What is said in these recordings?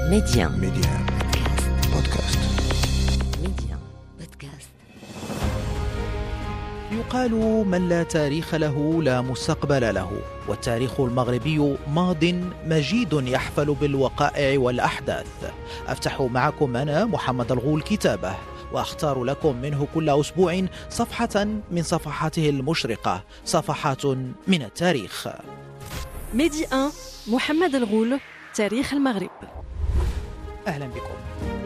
Média بودكاست. Média Podcast. يقال من لا تاريخ له لا مستقبل له، والتاريخ المغربي ماض مجيد يحفل بالوقائع والأحداث. أفتح معكم أنا محمد الغول كتابه، وأختار لكم منه كل أسبوع صفحة من صفحاته المشرقة، صفحات من التاريخ. ميدي 1 محمد الغول، تاريخ المغرب. أهلا بكم.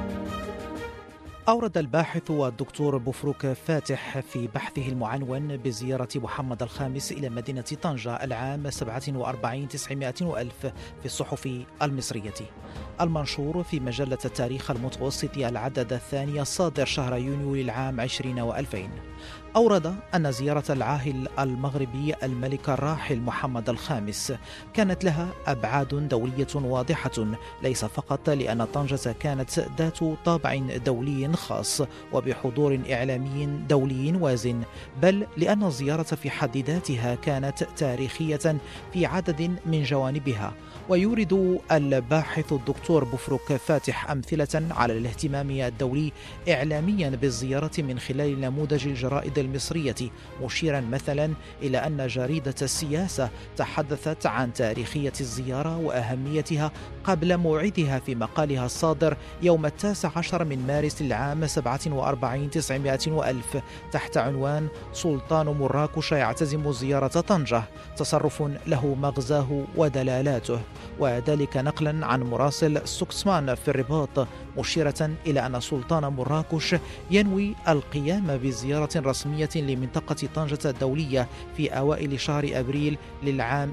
أورد الباحث الدكتور بوفروك فاتح في بحثه المعنون بزيارة محمد الخامس إلى مدينة طنجة العام 47,900 في الصحف المصرية، المنشور في مجلة التاريخ المتوسط العدد الثاني الصادر شهر يونيو للعام 2020. أورد أن زيارة العاهل المغربي الملك الراحل محمد الخامس كانت لها أبعاد دولية واضحة، ليس فقط لأن طنجة كانت ذات طابع دولي خاص وبحضور إعلامي دولي وازن، بل لأن الزيارة في حد ذاتها كانت تاريخية في عدد من جوانبها. ويورد الباحث الدكتور بوفروك فاتح أمثلة على الاهتمام الدولي إعلاميا بالزيارة من خلال نموذج الجرائد المصرية، مشيرا مثلا إلى أن جريدة السياسة تحدثت عن تاريخية الزيارة وأهميتها قبل موعدها في مقالها الصادر يوم 19 من مارس العام 47,900 تحت عنوان سلطان مراكش يعتزم زيارة طنجة، تصرف له مغزاه ودلالاته، وذلك نقلا عن مراسل سوكسمان في الرباط، مشيرة إلى أن سلطان مراكش ينوي القيام بزيارة رسمية لمنطقة طنجة الدولية في أوائل شهر أبريل للعام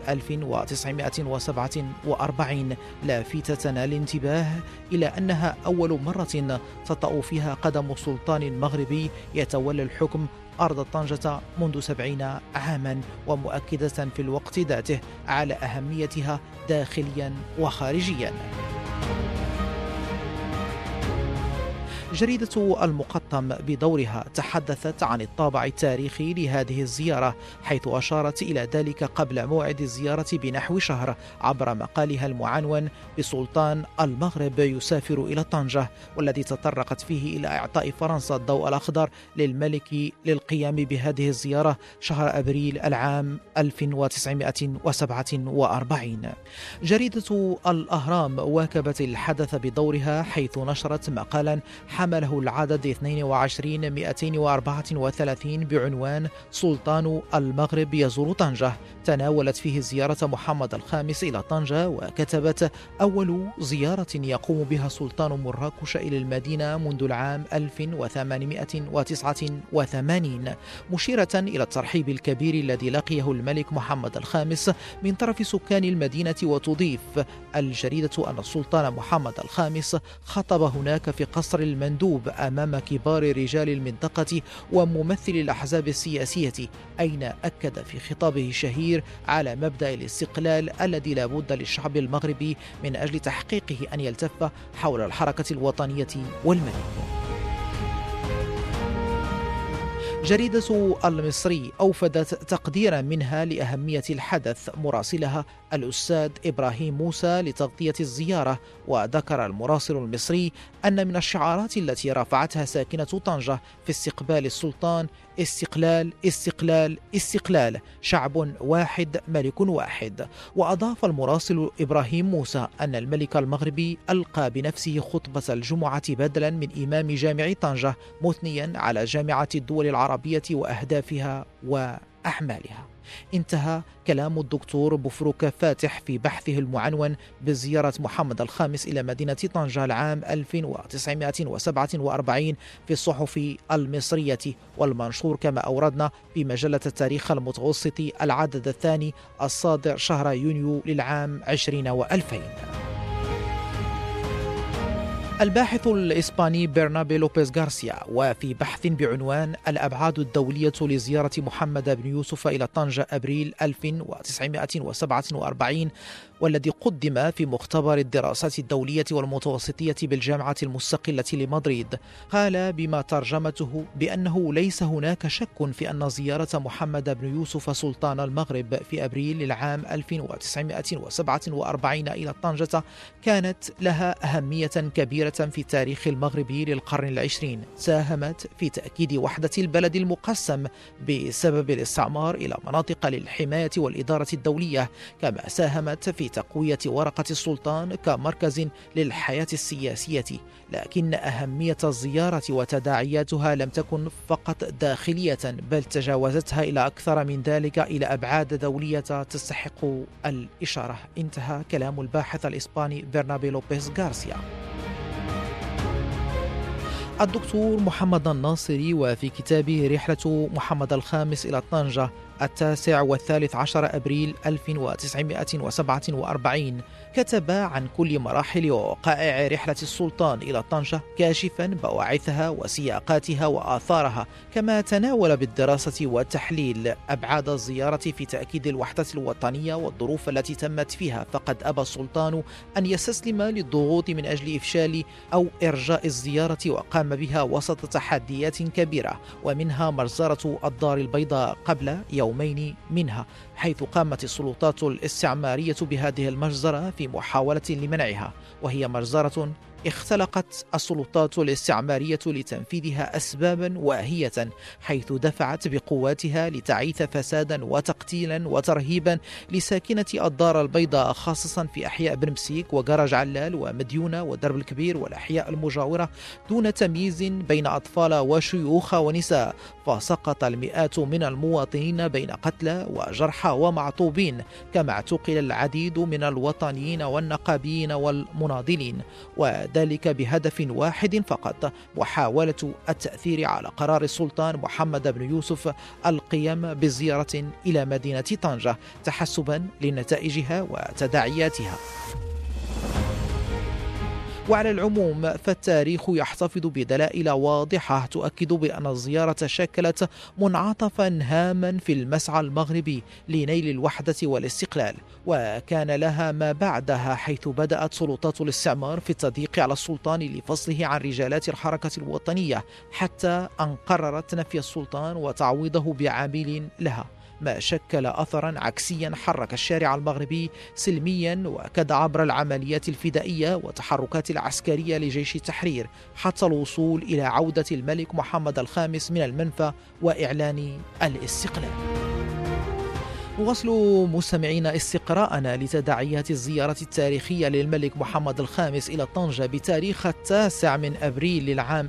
1947، لافتة الانتباه إلى أنها أول مرة تطأ فيها قدم سلطان مغربي يتولى الحكم أرض طنجة منذ 70 عاما، ومؤكدة في الوقت ذاته على أهميتها داخليا وخارجيا. جريدة المقطم بدورها تحدثت عن الطابع التاريخي لهذه الزيارة، حيث أشارت إلى ذلك قبل موعد الزيارة بنحو شهر عبر مقالها المعنون بسلطان المغرب يسافر إلى طنجة، والذي تطرقت فيه إلى إعطاء فرنسا الضوء الأخضر للملك للقيام بهذه الزيارة شهر أبريل العام 1947. جريدة الأهرام واكبت الحدث بدورها، حيث نشرت مقالا حمله العدد 22,234 بعنوان سلطان المغرب يزور طنجة، تناولت فيه زيارة محمد الخامس إلى طنجة، وكتبت: أول زيارة يقوم بها سلطان مراكش إلى المدينة منذ العام 1889، مشيرة إلى الترحيب الكبير الذي لقيه الملك محمد الخامس من طرف سكان المدينة. وتضيف الجريدة أن السلطان محمد الخامس خطب هناك في قصر المندوب أمام كبار رجال المنطقة وممثل الأحزاب السياسية، أين أكد في خطابه الشهير على مبدأ الاستقلال الذي لا بد للشعب المغربي من أجل تحقيقه أن يلتف حول الحركة الوطنية والملك. جريدة المصري أوفدت تقديرا منها لأهمية الحدث مراسلها الأستاذ إبراهيم موسى لتغطية الزيارة، وذكر المراسل المصري أن من الشعارات التي رفعتها ساكنة طنجة في استقبال السلطان: استقلال استقلال استقلال، شعب واحد ملك واحد. وأضاف المراسل إبراهيم موسى أن الملك المغربي ألقى بنفسه خطبة الجمعة بدلا من إمام جامع طنجة، مثنيا على جامعة الدول العربية وأهدافها وأعمالها. انتهى كلام الدكتور بوفروك فاتح في بحثه المعنون بزيارة محمد الخامس إلى مدينة طنجة العام 1947 في الصحف المصرية، والمنشور كما أوردنا في مجلة التاريخ المتوسط العدد الثاني الصادر شهر يونيو للعام 2020. الباحث الإسباني برنابي لوبيز غارسيا، وفي بحث بعنوان الأبعاد الدولية لزيارة محمد بن يوسف إلى طنجة أبريل 1947، والذي قدم في مختبر الدراسات الدولية والمتوسطية بالجامعة المستقلة لمدريد. قال بما ترجمته بأنه ليس هناك شك في أن زيارة محمد بن يوسف سلطان المغرب في أبريل العام 1947 إلى طنجة كانت لها أهمية كبيرة في تاريخ المغرب للقرن العشرين، ساهمت في تأكيد وحدة البلد المقسم بسبب الاستعمار إلى مناطق للحماية والإدارة الدولية، كما ساهمت في تقوية ورقة السلطان كمركز للحياة السياسية. لكن أهمية الزيارة وتداعياتها لم تكن فقط داخلية، بل تجاوزتها إلى أكثر من ذلك، إلى أبعاد دولية تستحق الإشارة. انتهى كلام الباحث الإسباني برنابي لوبيز غارسيا. الدكتور محمد الناصري وفي كتابه رحلة محمد الخامس إلى طنجة 19 أبريل 1947 كتب عن كل مراحل ووقائع رحلة السلطان إلى طنجة، كاشفا بواعثها وسياقاتها وآثارها، كما تناول بالدراسة والتحليل أبعاد الزيارة في تأكيد الوحدة الوطنية والظروف التي تمت فيها. فقد أبى السلطان أن يستسلم للضغوط من أجل إفشال أو إرجاء الزيارة، وقام بها وسط تحديات كبيرة، ومنها مجزرة الدار البيضاء قبل يومين منها، حيث قامت السلطات الاستعمارية بهذه المجزرة في محاولة لمنعها، وهي مجزرة اختلقت السلطات الاستعمارية لتنفيذها أسبابا واهية، حيث دفعت بقواتها لتعيث فسادا وتقتيلا وترهيبا لساكنة الدار البيضاء، خاصة في أحياء بنمسيك وقرج علال ومديونة ودرب الكبير والأحياء المجاورة، دون تمييز بين أطفال وشيوخ ونساء. فسقط المئات من المواطنين بين قتلى وجرحى ومعطوبين، كما اعتقل العديد من الوطنيين والنقابيين والمناضلين، وذلك بهدف واحد فقط: محاولة التأثير على قرار السلطان محمد بن يوسف القيام بزيارة إلى مدينة طنجة، تحسبا لنتائجها وتداعياتها. وعلى العموم فالتاريخ يحتفظ بدلائل واضحة تؤكد بأن الزيارة شكلت منعطفا هاما في المسعى المغربي لنيل الوحدة والاستقلال، وكان لها ما بعدها، حيث بدأت سلطات الاستعمار في التضييق على السلطان لفصله عن رجالات الحركة الوطنية، حتى أن قررت نفي السلطان وتعويضه بعامل لها، ما شكل أثرا عكسيا حرك الشارع المغربي سلميا، وكاد عبر العمليات الفدائية والتحركات العسكرية لجيش التحرير، حتى الوصول إلى عودة الملك محمد الخامس من المنفى وإعلان الاستقلال. نواصل مستمعين استقراءنا لتداعيات الزيارة التاريخية للملك محمد الخامس إلى طنجة بتاريخ 9 أبريل للعام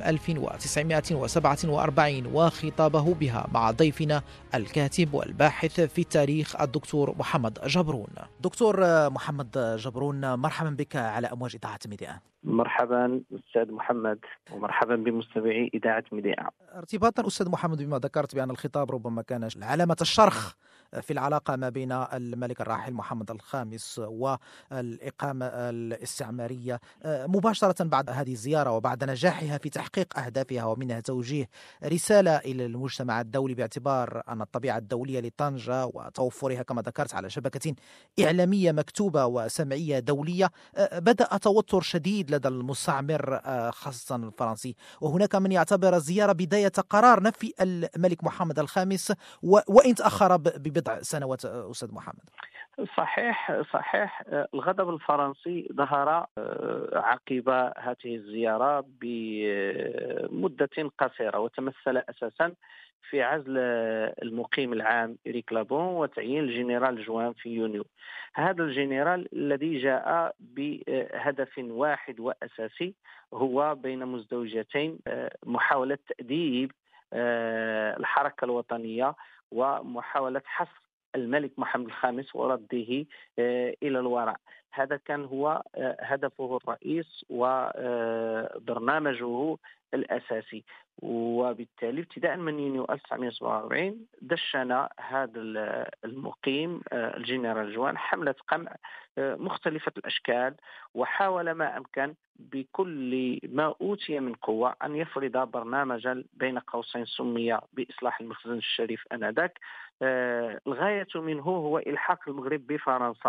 1947 وخطابه بها مع ضيفنا الكاتب والباحث في التاريخ الدكتور محمد جبرون. دكتور محمد جبرون، مرحبا بك على أمواج إذاعة ميديا. مرحبا أستاذ محمد، ومرحبا بمستمعي إذاعة ميديا. ارتباطا أستاذ محمد بما ذكرت بأن الخطاب ربما كان علامة الشرخ في العلاقة ما بين الملك الراحل محمد الخامس والإقامة الاستعمارية، مباشرة بعد هذه الزيارة وبعد نجاحها في تحقيق أهدافها، ومنها توجيه رسالة إلى المجتمع الدولي باعتبار أن الطبيعة الدولية لطنجة وتوفرها كما ذكرت على شبكة إعلامية مكتوبة وسمعية دولية، بدأ توتر شديد لدى المستعمر خاصة الفرنسي، وهناك من يعتبر الزيارة بداية قرار نفي الملك محمد الخامس وإن تأخر ببضع سنوات. أستاذ محمد، صحيح. الغضب الفرنسي ظهر عقب هذه الزيارة بمدة قصيرة، وتمثل أساسا في عزل المقيم العام إريك لابون وتعيين الجنرال جوان في يونيو. هذا الجنرال الذي جاء بهدف واحد وأساسي، هو بين مزدوجتين: محاولة تأديب الحركة الوطنية ومحاولة حصر الملك محمد الخامس ورده إلى الوراء. هذا كان هو هدفه الرئيس وبرنامجه الأساسي. وبالتالي ابتداء من يونيو 1947 دشن هذا المقيم الجنرال جوان حملة قمع مختلفة الأشكال، وحاول ما أمكن بكل ما أوتي من قوة أن يفرض برنامجا بين قوسين سمي بإصلاح المخزن الشريف آنذاك. الغاية منه هو إلحاق المغرب بفرنسا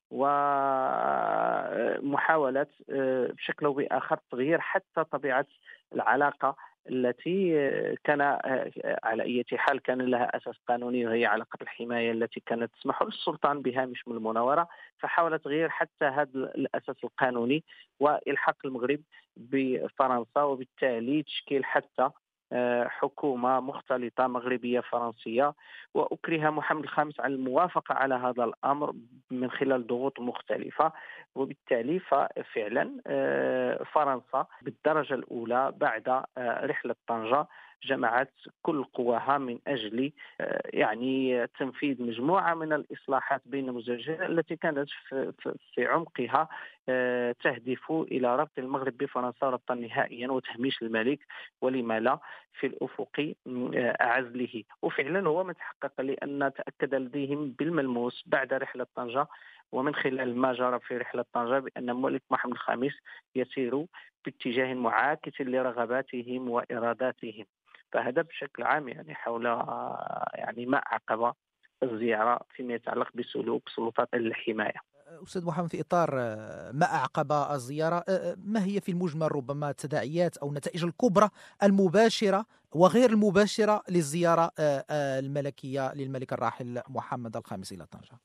ومحاولة بشكل أو بآخر تغيير حتى طبيعة العلاقة التي كان على أي حال كان لها أساس قانوني، وهي علاقة الحماية التي كانت تسمح للسلطان بهامش من المناورة. فحاول تغيير حتى هذا الأساس القانوني وإلحاق المغرب بفرنسا، وبالتالي تشكيل حتى حكومة مختلطة مغربية فرنسية. وأكره محمد الخامس على الموافقة على هذا الأمر من خلال ضغوط مختلفة. وبالتالي ففعلا فرنسا بالدرجة الأولى بعد رحلة طنجة جمعت كل قواها من أجل يعني تنفيذ مجموعة من الإصلاحات بين المزدوجين التي كانت في عمقها تهدف إلى ربط المغرب بفرنسا ربطا نهائيا وتهميش الملك، ولما لا في الأفق عزله. وفعلا هو ما تحقق، لأن تأكد لديهم بالملموس بعد رحلة طنجة ومن خلال ما جرى في رحلة طنجة بأن الملك محمد الخامس يسير باتجاه معاكس لرغباتهم وإراداتهم. فهذا بشكل عام يعني حول يعني ما عقب الزيارة فيما يتعلق بسلوك سلطات الحماية. أستاذ محمد، في إطار ما أعقب الزيارة، ما هي في المجمل ربما التداعيات أو النتائج الكبرى المباشرة وغير المباشرة للزيارة الملكية للملك الراحل محمد الخامس إلى طنجة؟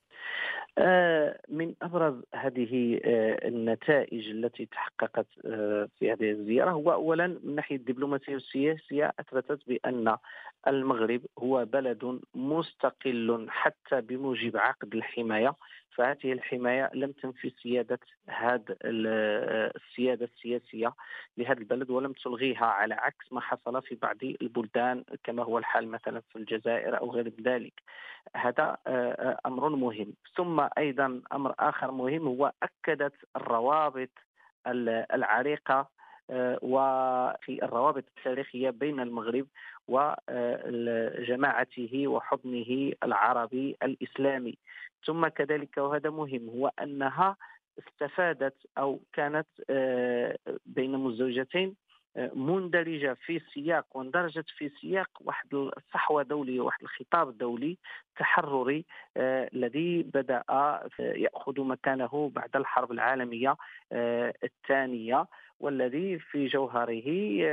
من أبرز هذه النتائج التي تحققت في هذه الزيارة هو أولا من ناحية الدبلوماسية والسياسية، أثبتت بأن المغرب هو بلد مستقل حتى بموجب عقد الحماية. فهذه الحماية لم تنفي سيادة السيادة السياسية لهذا البلد ولم تلغيها، على عكس ما حصل في بعض البلدان كما هو الحال مثلا في الجزائر أو غير ذلك. هذا أمر مهم. ثم أيضا أمر آخر مهم هو أكدت الروابط العريقة وفي الروابط التاريخية بين المغرب وجماعته وحضنه العربي الإسلامي. ثم كذلك وهذا مهم هو أنها استفادت أو كانت بين مزدوجتين مندرجة في سياق واندرجت في سياق واحد الصحوة دولية، واحد الخطاب دولي تحرري الذي بدأ يأخذ مكانه بعد الحرب العالمية الثانية، والذي في جوهره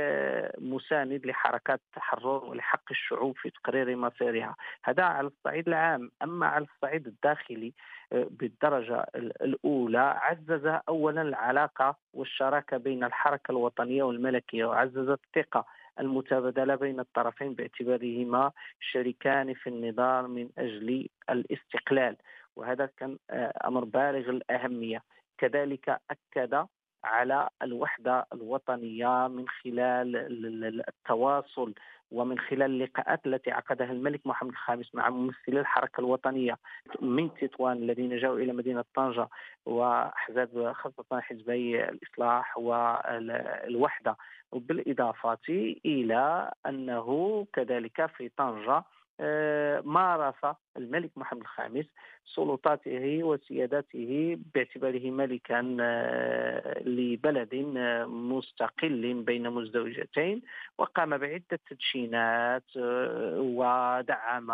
مساند لحركات التحرر ولحق الشعوب في تقرير مصيرها. هذا على الصعيد العام. أما على الصعيد الداخلي بالدرجة الأولى عزز أولا العلاقة والشراكة بين الحركة الوطنية والملكية، وعزز الثقة المتبادلة بين الطرفين باعتبارهما شريكان في النضال من أجل الاستقلال، وهذا كان أمر بالغ الأهمية. كذلك أكد على الوحدة الوطنية من خلال التواصل ومن خلال اللقاءات التي عقدها الملك محمد الخامس مع ممثلي الحركة الوطنية من تطوان الذين جاءوا إلى مدينة طنجة وأحزاب خاصة حزبي الإصلاح والوحدة، بالإضافة إلى أنه كذلك في طنجة مارس الملك محمد الخامس سلطاته وسيادته باعتباره ملكا لبلد مستقل بين مزدوجتين، وقام بعدة تدشينات ودعم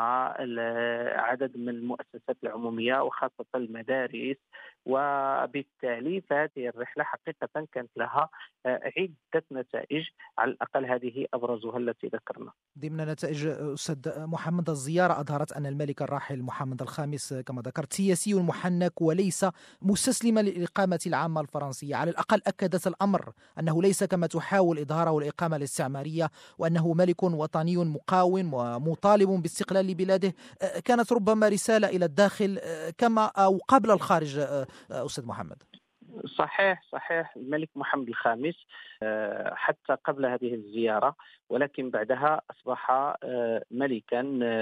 عدد من المؤسسات العمومية وخاصة المدارس. وبالتالي فهذه الرحلة حقيقة كانت لها عدة نتائج، على الأقل هذه أبرزها التي ذكرنا. ضمن نتائج أستاذ محمد، الزيارة أظهرت أن الملك الراحل محمد الخامس كما ذكرت سياسي محنك وليس مستسلما للإقامة العامة الفرنسية. على الأقل أكدت الأمر أنه ليس كما تحاول إظهاره الإقامة الاستعمارية، وأنه ملك وطني مقاوم ومطالب باستقلال بلاده. كانت ربما رسالة إلى الداخل كما أو قبل الخارج أستاذ محمد. صحيح الملك محمد الخامس حتى قبل هذه الزيارة ولكن بعدها أصبح ملكا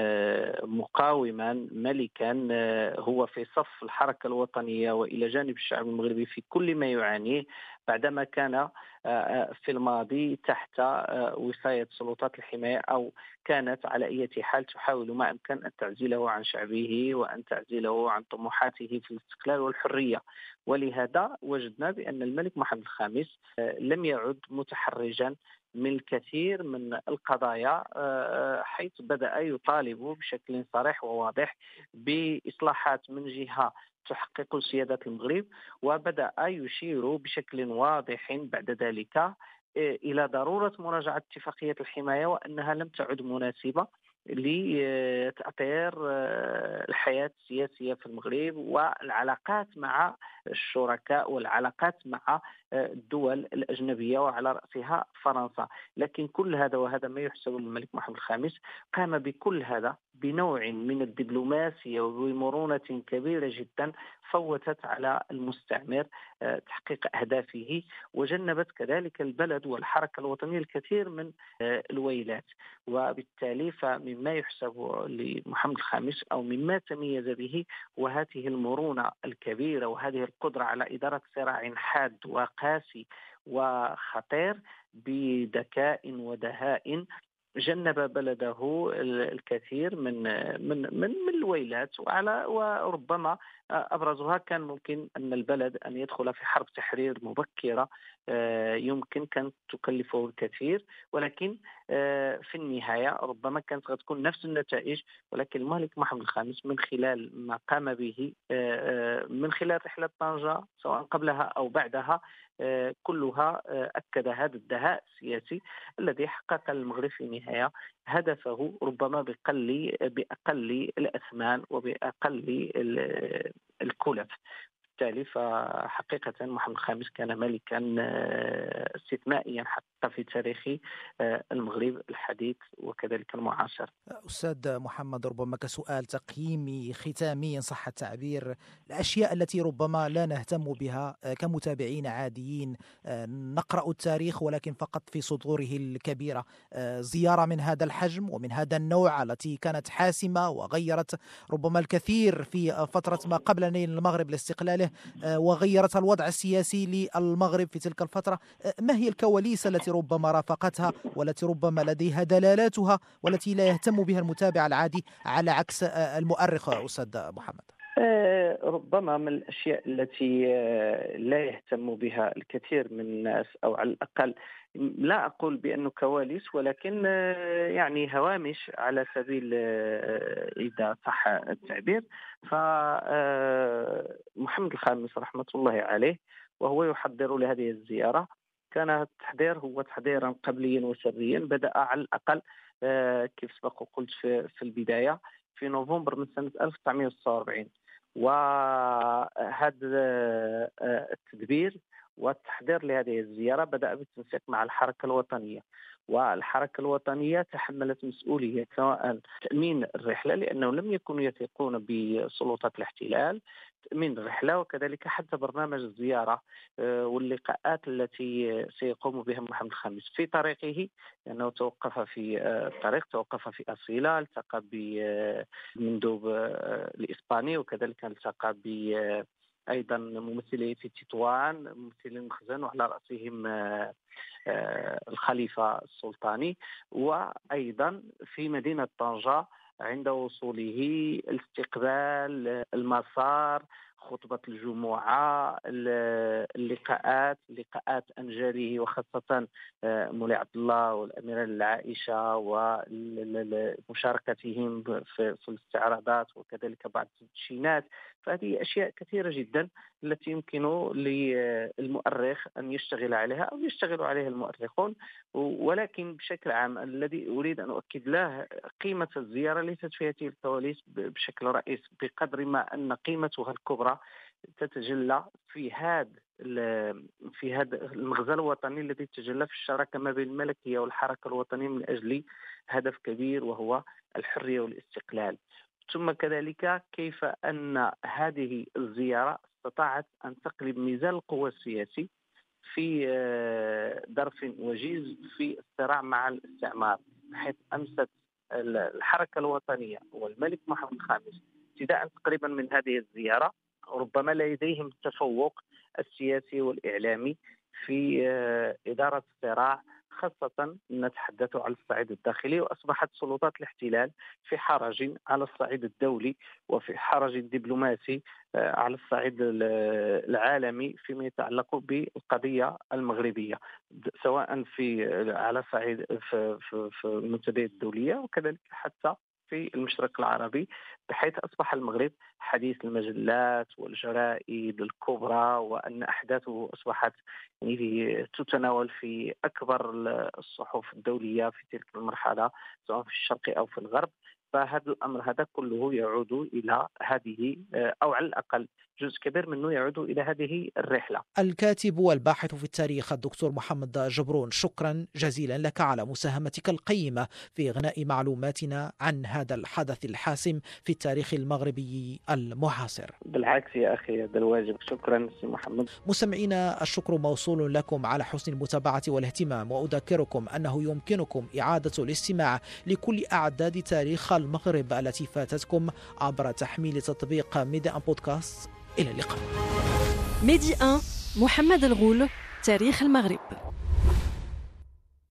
مقاوما، ملكا هو في صف الحركة الوطنية وإلى جانب الشعب المغربي في كل ما يعانيه، بعدما كان في الماضي تحت وصاية سلطات الحماية أو كانت على أي حال تحاول ما أمكن أن تعزله عن شعبه وأن تعزله عن طموحاته في الاستقلال والحرية. ولهذا وجدنا بأن الملك محمد الخامس لم يعد متحرجا من الكثير من القضايا، حيث بدأ يطالب بشكل صريح وواضح بإصلاحات من جهة تحقق سيادة المغرب، وبدأ يشير بشكل واضح بعد ذلك إلى ضرورة مراجعة اتفاقية الحماية، وأنها لم تعد مناسبة لتأطير الحياة السياسية في المغرب والعلاقات مع الشركاء والعلاقات مع الدول الأجنبية وعلى رأسها فرنسا. لكن كل هذا وهذا ما يحسب للملك محمد الخامس، قام بكل هذا بنوع من الدبلوماسية وبمرونة كبيرة جدا فوتت على المستعمر تحقيق أهدافه، وجنبت كذلك البلد والحركة الوطنية الكثير من الويلات. وبالتالي فمما يحسب لمحمد الخامس أو مما تميز به وهذه المرونة الكبيرة وهذه القدرة على إدارة صراع حاد وقاسي وخطير بذكاء ودهاء، جنب بلده الكثير من الويلات، وربما أبرزها كان ممكن أن البلد أن يدخل في حرب تحرير مبكرة يمكن كانت تكلفه الكثير، ولكن في النهاية ربما كانت تكون نفس النتائج. ولكن الملك محمد الخامس من خلال ما قام به من خلال رحلة طنجة سواء قبلها أو بعدها كلها أكد هذا الدهاء السياسي الذي حقق المغرب في النهاية هدفه ربما بأقل الأثمان وبأقل الكلف. بالتالي فحقيقة محمد الخامس كان ملكا استثنائيا حتى في تاريخ المغرب الحديث وكذلك المعاصر. أستاذ محمد، ربما كسؤال تقييمي ختامي إن صح التعبير، الأشياء التي ربما لا نهتم بها كمتابعين عاديين، نقرأ التاريخ ولكن فقط في سطوره الكبيرة، زيارة من هذا الحجم ومن هذا النوع التي كانت حاسمة وغيرت ربما الكثير في فترة ما قبل نيل المغرب لاستقلاله وغيرت الوضع السياسي للمغرب في تلك الفترة، ما هي الكواليس التي ربما رافقتها والتي ربما لديها دلالاتها والتي لا يهتم بها المتابع العادي على عكس المؤرخ أستاذ محمد؟ ربما من الأشياء التي لا يهتم بها الكثير من الناس، أو على الأقل لا أقول بأنه كواليس ولكن يعني هوامش على سبيل إذا صح التعبير. فمحمد الخامس رحمة الله عليه وهو يحضر لهذه الزيارة كان التحضير هو تحضيرا قبليا وسريا، بدأ على الأقل كيف سبق وقلت في البداية في نوفمبر من سنة 1949. وهذا التدبير والتحضير لهذه الزيارة بدأ بالتنسيق مع الحركة الوطنية، والحركة الوطنية تحملت مسؤولية سواء تأمين الرحلة لأنه لم يكونوا يثقون بسلطات الاحتلال، تأمين الرحلة وكذلك حتى برنامج الزيارة واللقاءات التي سيقوم بها محمد الخامس في طريقه، لأنه توقف في الطريق، توقف في أصيلة، التقى بمندوب الإسباني وكذلك التقى أيضا ممثلي في تطوان، ممثلي المخزن وعلى رأسهم الخليفة السلطاني، وأيضا في مدينة طنجة عند وصوله الاستقبال، المسار، خطبة الجمعة، لقاءات أنجاله وخاصة مولاي عبد الله والأميرة العائشة ومشاركتهم في الاستعراضات وكذلك بعض التدشينات. فهذه أشياء كثيرة جدا التي يمكن للمؤرخ أن يشتغل عليها أو يشتغل عليها المؤرخون. ولكن بشكل عام الذي أريد أن أؤكد له قيمة الزيارة ليست في هذه الكواليس بشكل رئيسي، بقدر ما أن قيمتها الكبرى تتجلى في هذا المغزى الوطني الذي تجلى في الشراكة ما بين الملكية والحركة الوطنية من أجل هدف كبير وهو الحرية والاستقلال. ثم كذلك كيف أن هذه الزيارة استطاعت أن تقلب ميزان القوى السياسي في ظرف وجيز في الصراع مع الاستعمار، حيث أمست الحركة الوطنية والملك محمد الخامس ابتداء تقريبا من هذه الزيارة ربما لديهم التفوق السياسي والإعلامي في إدارة الصراع، خاصة نتحدث على الصعيد الداخلي، وأصبحت سلطات الاحتلال في حرج على الصعيد الدولي وفي حرج دبلوماسي على الصعيد العالمي فيما يتعلق بالقضية المغربية، سواء على صعيد في المنتديات الدولية وكذلك حتى في المشرق العربي، بحيث أصبح المغرب حديث المجلات والجرائد الكبرى، وأن أحداثه أصبحت يعني تتناول في أكبر الصحف الدولية في تلك المرحلة، سواء في الشرق أو في الغرب. فهذا الأمر هذا كله يعود إلى هذه، أو على الأقل جزء كبير منه يعود إلى هذه الرحلة. الكاتب والباحث في التاريخ الدكتور محمد جبرون، شكرا جزيلا لك على مساهمتك القيمة في إغناء معلوماتنا عن هذا الحدث الحاسم في التاريخ المغربي المعاصر. بالعكس يا أخي، هذا الواجب. شكرا سي محمد. مستمعينا، الشكر موصول لكم على حسن المتابعة والاهتمام، وأذكركم أنه يمكنكم إعادة الاستماع لكل أعداد تاريخ المغرب التي فاتتكم عبر تحميل تطبيق ميدي أن بودكاست. إلى اللقاء. ميدي 1 محمد الغول، تاريخ المغرب.